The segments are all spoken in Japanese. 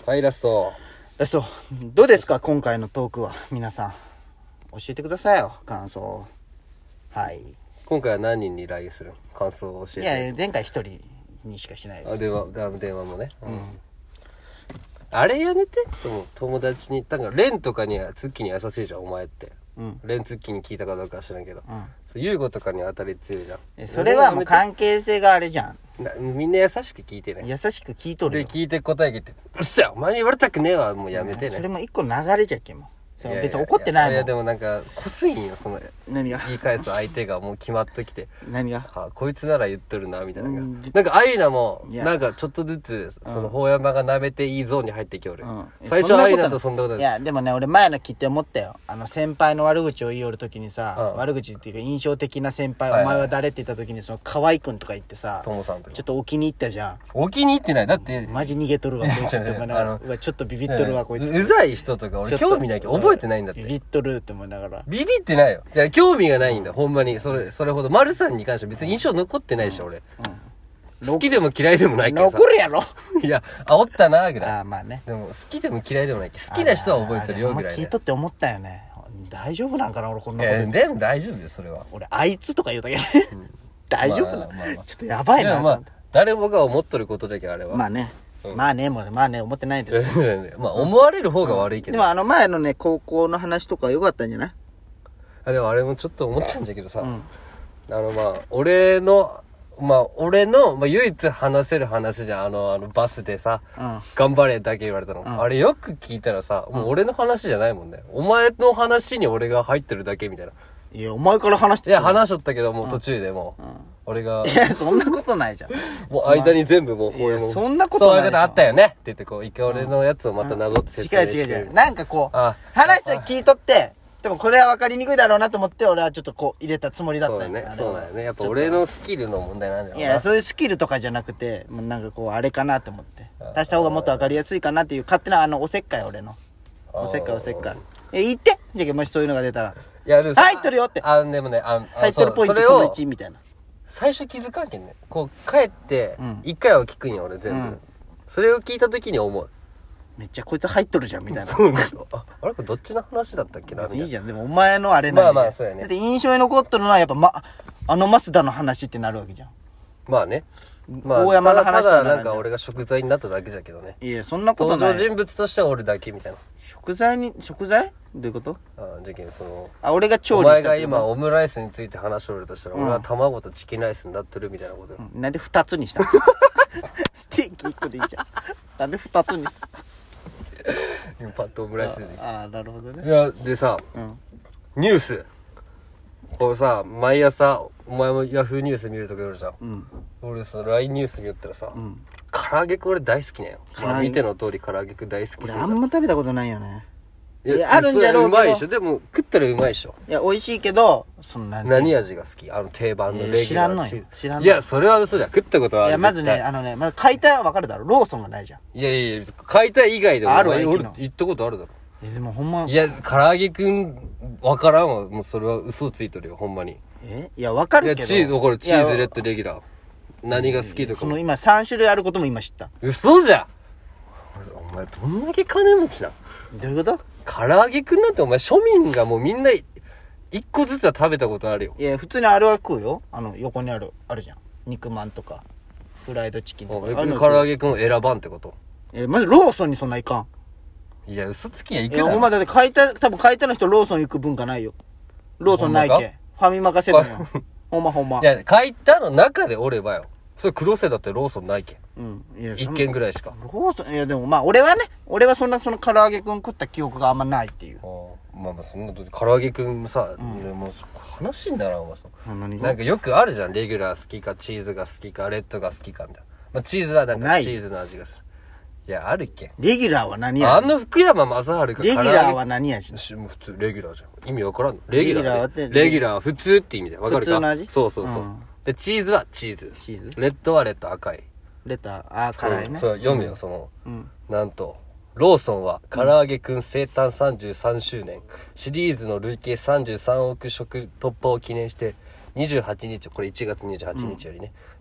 はい、ラスト。 どうですか今回のトークは。皆さん教えてくださいよ、感想を。はい。 今回は何人に LINE する感想を教えて。 いや前回一人にしかしないよ。 電話もね、あれやめてと思う。友達にだからレンとかにはツッキーに優しいじゃんお前って、レンツッキーに聞いたかどうかは知らんけど、そうユーゴとかに当たり強いじゃん。 それはもう関係性があれじゃん。 みんな優しく聞いてね。 優しく聞いとるよ。 で聞いて答え聞いて、うっせやお前に言われたくねえわ、もうやめてね。 それも一個流れじゃっけも。別に怒ってないもん。 いやでもなんかこすいんよ、その何が言い返す相手がもう決まっときて何がこいつなら言っとるなみたいな。なんかアイナもなんかちょっとずつその法山が舐めていいゾーンに入ってきおる、最初アイナとそんなことない。 いやでもね、俺前の聞いて思ったよ。先輩の悪口を言いよるときにさ、悪口っていうか印象的な先輩、お前は誰って言ったときにその河合くんとか言ってさ、 トモさんとかちょっとお気に入ったじゃん。 お気に入ってない。だってマジ逃げとるわこいつって。うわちょっとビビっとるわこいつ。 うざい人とか俺興味ないけど覚えてないんだって。 ビビっとるって思いながら。 ビビってないよ。じゃあ興味がないんだほんまに。それほど丸さんに関しては別に印象残ってないし、俺好きでも嫌いでもないけどさ。 残るやろ。 いや煽ったなぐらい。 ああまあね。 でも好きでも嫌いでもないけど好きな人は覚えてるよぐらいね。 聞いとって思ったよね。大丈夫なんかな俺こんなこと。 でも大丈夫よそれは。 俺あいつとか言うたけど大丈夫な、ちょっとやばいな。 まあ誰もが思っとることだけあれは。 まあね、まあね思ってないです。 まあ思われる方が悪いけど。 でも前のね高校の話とか良かったんじゃない？ でもあれもちょっと思ったんだけどさ、俺の唯一話せる話じゃん。バスでさ、頑張れだけ言われたの、あれよく聞いたらさ、もう俺の話じゃないもんね。お前の話に俺が入ってるだけみたいな。 いやお前から話していや話しとったけどもう途中でもう、俺がいやそんなことないじゃん。 もう間に全部もういやそんなことない。 そういうことあったよねって言ってこう一回俺のやつをまたなぞって説明してくれる。 違うなんかこう話して聞いとって、でもこれは分かりにくいだろうなと思って俺はちょっとこう入れたつもりだったよね。 そうだよね。やっぱ俺のスキルの問題なんじゃない？ いやそういうスキルとかじゃなくて、もうなんかこうあれかなって思って足した方がもっと分かりやすいかなっていう勝手なおせっかい。俺のおせっかい言ってじゃあもしそういうのが出たら入っとるよって。 でもね入っとるポイントその1みたいな。 最初気づかんけんね。こう帰って一回は聞くんよ俺全部、それを聞いた時に思う。 めっちゃこいつ入っとるじゃんみたいな。 そうなの。あれこれどっちの話だったっけな。いいじゃん。でもお前のあれなんまあそうやね。 だって印象に残っとるのはやっぱ増田の話ってなるわけじゃん。 まあね。大山の話ただなんか俺が食材になっただけじゃけどね。 いやそんなことない。 登場人物としては俺だけみたいな。 食材どういうこと？ じゃけん俺が調理した。 お前が今オムライスについて話しおるとしたら、俺は卵とチキンライスになってるみたいなことよ。 なんで2つにしたの？ステーキ1個でいいじゃん。なんで2つにした？ パッとオムライスでいい。 なるほどね。 いやでさ、ニュースこうさ毎朝お前もヤフーニュース見るときあるじゃん、俺その LINE ニュース見よったらさ、唐揚げくん俺大好きねよ。見ての通り唐揚げくん大好き。 俺あんま食べたことないよね。 いやあるんじゃろうけどうまいでしょ。でも食ったらうまいでしょ。 いや美味しいけど何味が好き？定番のレギュラー。 知らんのよ。知らんの。 いやそれは嘘じゃん。食ったことはある。 いやまずねまず買いたいは分かるだろ。ローソンがないじゃん。 いや買いたい以外でもあるわ。 俺行ったことあるだろ。 でもほんま。 いや唐揚げくん分からんわ。もうそれは嘘ついとるよほんまに。 いや分かるけど。 いやチーズこれチーズレッドレギュラー何が好きとか。 その今3種類あることも今知った。 嘘じゃん。お前どんだけ金持ちな。 どういうこと？ 唐揚げくんなんてお前庶民がもうみんな一個ずつは食べたことあるよ。 いや普通にあれは食うよ。横にあるじゃん。肉まんとかフライドチキンとか。 唐揚げくんを選ばんってこと？ まずローソンにそんないかん。 いや嘘つきやいくだろ。 お前だって多分買いたいの人ローソン行く文化ないよ。ローソンないけ。ファミマかセブンよ。ほんま。 いや買いたの中でおればよ。それ黒瀬だってローソンないけ。一軒ぐらいしか。 ローソンいやでも俺はそんなその唐揚げくん食った記憶があんまないっていう。 まあそんな唐揚げくんさ、もう話にならんわさ。 何が？ なんかよくあるじゃん。レギュラー好きかチーズが好きかレッドが好きかみたいな。チーズはなんかチーズの味がする。いやあるっけ。 レギュラーは何味？ 福山雅治がレギュラーは何味？ 普通レギュラーじゃん。意味わからんの。レギュラーは普通って意味だよ。わかるか？ 普通の味？ そう。でチーズはチーズ。レッドはレッド赤い。 レター辛いね。 そう読むよなんとローソンは唐揚げくん生誕33周年シリーズの累計33億食突破を記念して28日これ1月28日よりね、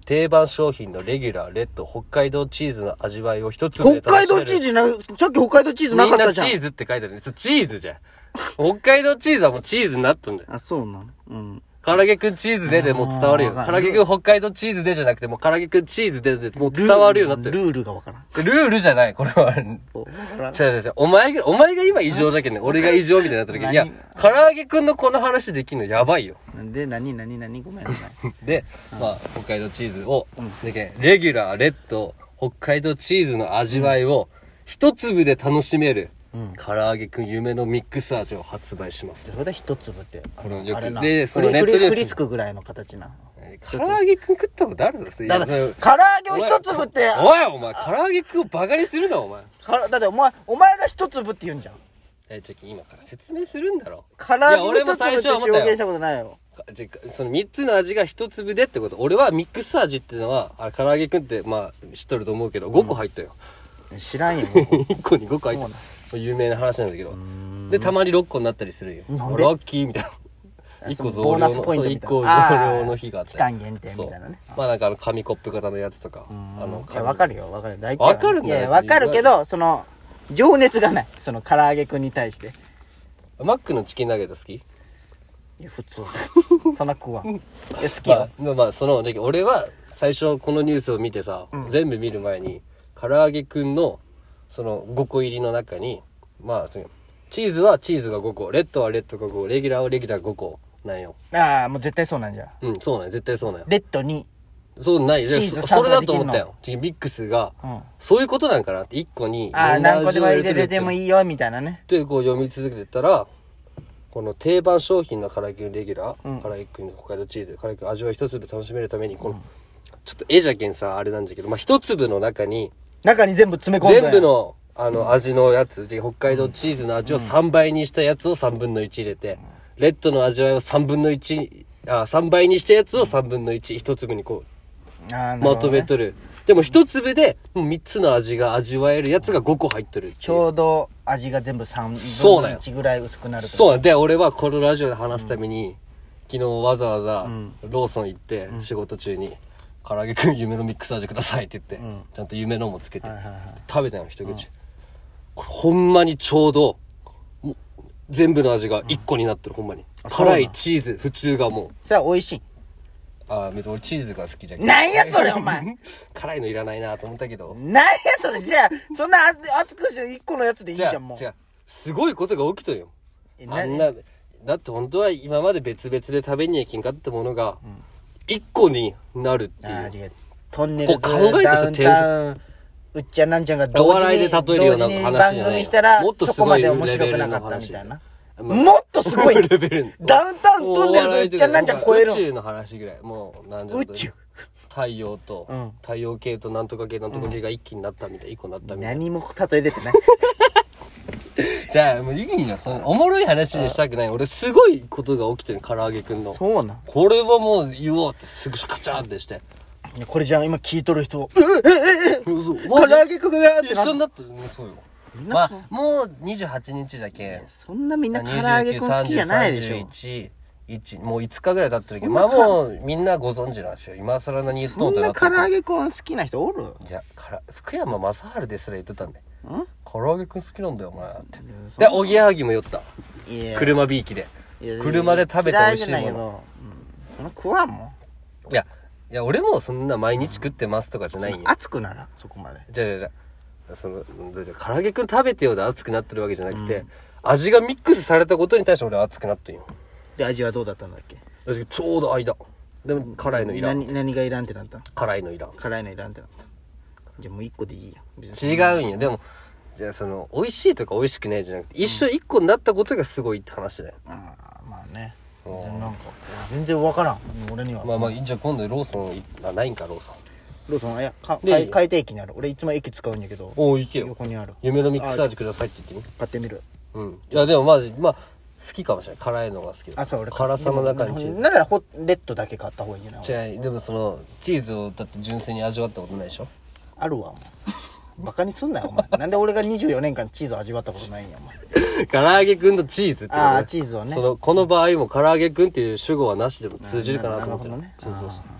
定番商品のレギュラーレッド北海道チーズの味わいを一つで北海道チーズさっき北海道チーズなかったじゃん。 みんなチーズって書いてあるね。チーズじゃん。北海道チーズはもうチーズになったんだよ。 あ、そうなの。うん。 唐揚げくんチーズでもう伝わるよ。唐揚げくん北海道チーズでじゃなくて、もう唐揚げくんチーズでもう伝わるようになってる。 ルールがわからん。 ルールじゃない、これは。違う。お前が今異常だけどね。俺が異常みたいになってるけど。いや、唐揚げくんのこの話できんのやばいよ。 で、何ごめんなさい。 で、まあ、北海道チーズを、レギュラー、レッド、北海道チーズの味わいを、一粒で楽しめる。唐揚げくん夢のミックス味を発売します。 それで一粒って。 あれな。で、そのネットで。 フリスクぐらいの形な。 唐揚げくん食ったことあるぞ。 だから、唐揚げを一粒って。 お前、唐揚げくんをバカにするな、お前。 だってお前が一粒って言うんじゃん。 今から説明するんだろ。 唐揚げを一粒って表現したことないよ。 その3つの味が一粒でってこと。俺はミックス味っていうのは、唐揚げくんって、まあ、知っとると思うけど、5個入ったよ。 知らんよ。 1個に5個入った。有名な話なんだけど。で、たまに6個になったりするよ。ラッキーみたいな。1個増量の、1個増量の日があった。 期間限定みたいなね。 まあなんか紙コップ型のやつとか。 わかるよ。わかる。 わかるんだよ。 いや、わかるけど、情熱がない。その唐揚げくんに対して。 マックのチキンナゲット好き？いや、普通。そんな食わん。いや、好きよ。 まあ、俺は最初このニュースを見てさ、全部見る前に、唐揚げくんの、5個入りの中に、まあ、チーズはチーズが5個、レッドはレッドが5個、レギュラーはレギュラー5個なんよ。 ああ、もう絶対そうなんじゃ。 うん、そうなんよ。絶対そうなんよ。 レッドに。 そうない。 チーズそれだと思ったよ。ミックスが、そういうことなんかなって、1個に。 何個でも入れてもいいよ、みたいなね。 で、こう読み続けてたら、この定番商品の唐揚げレギュラー、唐揚げくんの北海道チーズ、唐揚げくん味わい一粒楽しめるために、ちょっと絵じゃけんさ、あれなんだけど、まあ、一粒の中に全部詰め込んで。 全部の、味のやつ、北海道チーズの味を3倍にしたやつを3分の1入れて、レッドの味わいを3倍にしたやつを3分の1、一粒にこう、まとめとる。でも一粒で、3つの味が味わえるやつが5個入っとる。 ちょうど味が全部3分の1ぐらい薄くなる。 そうなんで、俺はこのラジオで話すために、昨日わざわざローソン行って、仕事中に、唐揚げくん夢のミックス味くださいって言って、ちゃんと夢のもつけて、食べたよ、一口。これほんまにちょうど、全部の味が1個になってる、ほんまに。辛いチーズ、普通がもう。 それは美味しい。 別に俺チーズが好きじゃけど。 なんやそれお前辛いのいらないなと思ったけど。 なんやそれじゃあ、そんな熱くして1個のやつでいいじゃん、もう。 違う。すごいことが起きとるよ。だって本当は今まで別々で食べに行けんかったものが、1個になるっていう。 違う。トンネルズ、ダウンタウン、うっちゃんなんちゃんがお笑いで例えるような話じゃない。 番組したら、 もっとそこまで面白くなかったみたいな。もっとすごいレベル。 ダウンタウントンネルズうっちゃんなんちゃん超える。 宇宙の話ぐらい。もう、なんじゃ宇宙太陽と、太陽系となんとか系なんとか系が一気になったみたい、一個になったみたいな。 何も例え出てない。 じゃあ、もういいよ。おもろい話にしたくない。俺、すごいことが起きてる、唐揚げくんの。 そうなん。 これはもう言おうってすぐカチャーってして。 これじゃあ今聞いとる人、 唐揚げくんが一緒になってる。そうよ。まあ、もう28日だけ。 そんなみんな唐揚げくん好きじゃないでしょ。 もう5日ぐらい経ってるけど、まあもうみんなご存知なんですよ。今更何言っとんってなって。 そんな唐揚げくん好きな人おる？ じゃあ、福山雅治ですら言ってたんで。唐揚げくん好きなんだよ、お前って。で、おぎやはぎも酔った。車びいきで。車で食べて美味しいもの。 その食わんもん。 いや、俺もそんな毎日食ってますとかじゃないよ。 熱くなら、そこまで。 じゃあ、唐揚げくん食べてよで熱くなってるわけじゃなくて、味がミックスされたことに対して俺は熱くなってんよ。 で、味はどうだったんだっけ？ ちょうど間。でも、辛いのいらん。 何がいらんってなった？ 辛いのいらん。 辛いのいらんってなった。じゃあもう1個でいいや。 違うんよ。でも、じゃあ美味しいとか美味しくないじゃなくて、一緒1個になったことがすごいって話だよ。 まあね。なんか、全然わからん。俺には。 まあ、じゃあ今度ローソン、ないんか、ローソン。 ローソン、いや、海底駅にある。俺いつも駅使うんやけど。 行けよ。 横にある。 夢のミックス味くださいって言ってみ。 買ってみる。 いや、でもまあ、好きかもしれない。辛いのが好きだ。 そう、俺。 辛さの中にチーズ。 なら、レッドだけ買った方がいいんじゃない？ 違う、でもチーズをだって純粋に味わったことないでしょ？ あるわ、もう。バカにすんなよ、お前。なんで俺が24年間チーズを味わったことないんや、お前。 唐揚げくんのチーズってことね。 チーズをね。 この場合も唐揚げくんっていう主語はなしでも通じるかなと思って。 なるほどね。 そう。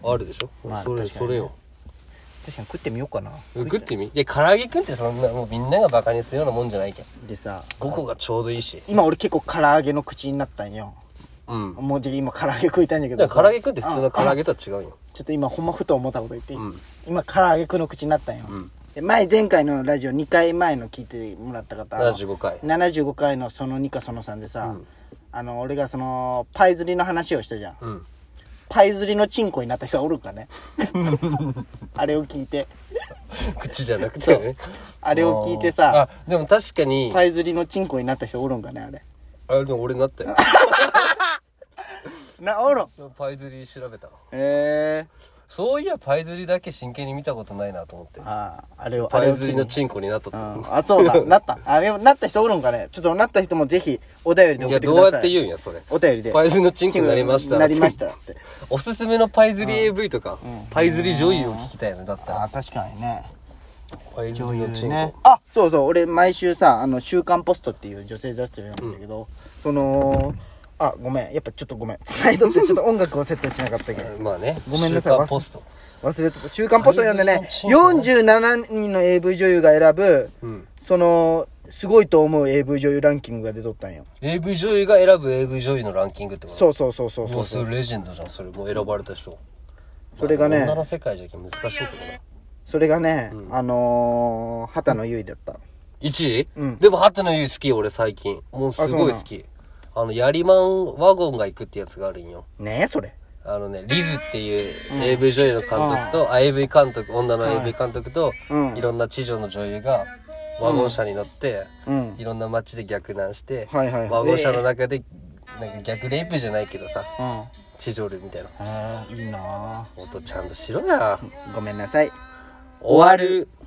あるでしょ、 まあそれよ。 確かに食ってみようかな。 食ってみ。唐揚げくんってそんなもうみんながバカにするようなもんじゃないけん。 でさ、 5個がちょうどいいし。 今俺結構唐揚げの口になったんよ。もうじゃ今唐揚げ食いたいんだけど唐揚げくんって普通の唐揚げとは違うよ。 ちょっと今ほんまふと思ったこと言っていい？今唐揚げくんの口になったんよ。で前回のラジオ2回前の聞いてもらった方、75回のその2かその3でさ、俺がそのパイ釣りの話をしたじゃん。パイ釣りのチンコになった人がおるかね。あれを聞いて。 口じゃなくてね。 あれを聞いてさ、 でも確かにパイ釣りのチンコになった人おるんかね、あれ。 でも俺なったよ。 おる。 パイ釣り調べた。そういやパイ釣りだけ真剣に見たことないなと思って。 あれをパイ釣りのチンコになっとった。 そうだ、なった。なった人おるんかね。ちょっとなった人もぜひお便りで送ってください。 どうやって言うんやそれ。 お便りで。 パイ釣りのチンコになりました。 なりましたって。 おすすめのパイ釣り AV とか、パイ釣り女優を聞きたいのだったら。 確かにね。 パイ釣りのチンコね。そうそう、俺毎週さ、週刊ポストっていう女性雑誌を読むんだけど、ごめん、やっぱちょっとごめん。スライドってちょっと音楽をセットしなかったけど。 まあね。 ごめんなさい。 週刊ポスト。 忘れてた。週刊ポスト読んでね、47人の AV 女優が選ぶ、すごいと思う AV 女優ランキングが出とったんよ。 AV 女優が選ぶ AV 女優のランキングってこと？ そう。 もうそれレジェンドじゃん、それ。もう選ばれた人。 それがね、 女の世界じゃ難しいけどな。 それがね、畑野由衣だった。 1位？でも畑野由衣好き、俺最近。もうすごい好き。ヤリマンワゴンが行くってやつがあるんよ。 ねえ、それ。 リズっていう AV 女優の監督と、AV 監督、女の AV 監督と、いろんな地上の女優がワゴン車に乗って、いろんな街で逆難して、ワゴン車の中で、なんか逆レイプじゃないけどさ、地上るみたいな。 いいなぁ。 音ちゃんとしろや。 ごめんなさい。 終わる。